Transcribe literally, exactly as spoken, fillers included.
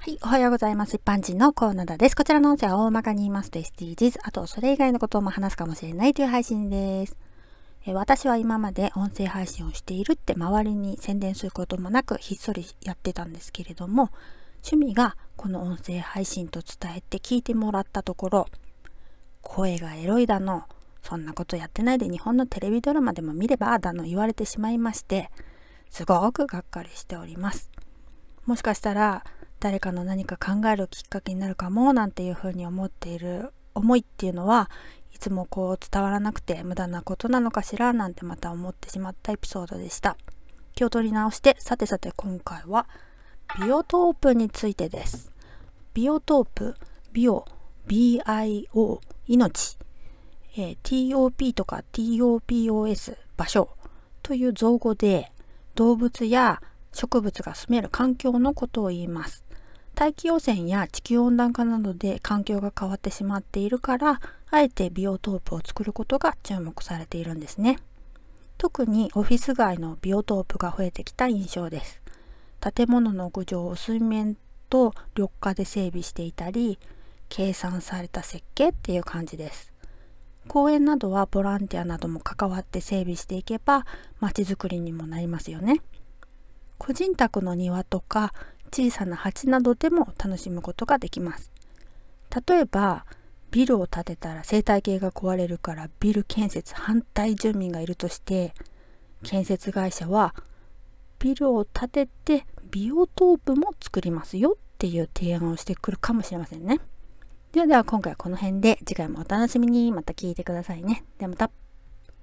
はい、おはようございます。一般人のコーナーです。こちらの音声は大まかに言いますと エスディージーズ、あとそれ以外のことも話すかもしれないという配信です。え私は今まで音声配信をしているって周りに宣伝することもなくひっそりやってたんですけれども、趣味がこの音声配信と伝えて聞いてもらったところ、声がエロいだの、そんなことやってないで日本のテレビドラマでも見ればだの言われてしまいまして、すごくがっかりしております。もしかしたら誰かの何か考えるきっかけになるかもなんていうふうに思っている思いっていうのはいつもこう伝わらなくて無駄なことなのかしらなんてまた思ってしまったエピソードでした。気を取り直して、さてさて今回はビオトープについてです。ビオトープ、ビオ、ビーアイオー、命、えー、ティーオーピー とか ティーオーピーオーエス、場所という造語で動物や植物が住める環境のことを言います。大気汚染や地球温暖化などで環境が変わってしまっているから、あえてビオトープを作ることが注目されているんですね。特にオフィス街のビオトープが増えてきた印象です。建物の屋上を水面と緑化で整備していたり、計算された設計っていう感じです。公園などはボランティアなども関わって整備していけば、街づくりにもなりますよね。個人宅の庭とか小さな鉢などでも楽しむことができます。例えばビルを建てたら生態系が壊れるからビル建設反対住民がいるとして、建設会社はビルを建ててビオトープも作りますよっていう提案をしてくるかもしれませんね。ではでは今回はこの辺で、次回もお楽しみに。また聞いてくださいね。ではまた。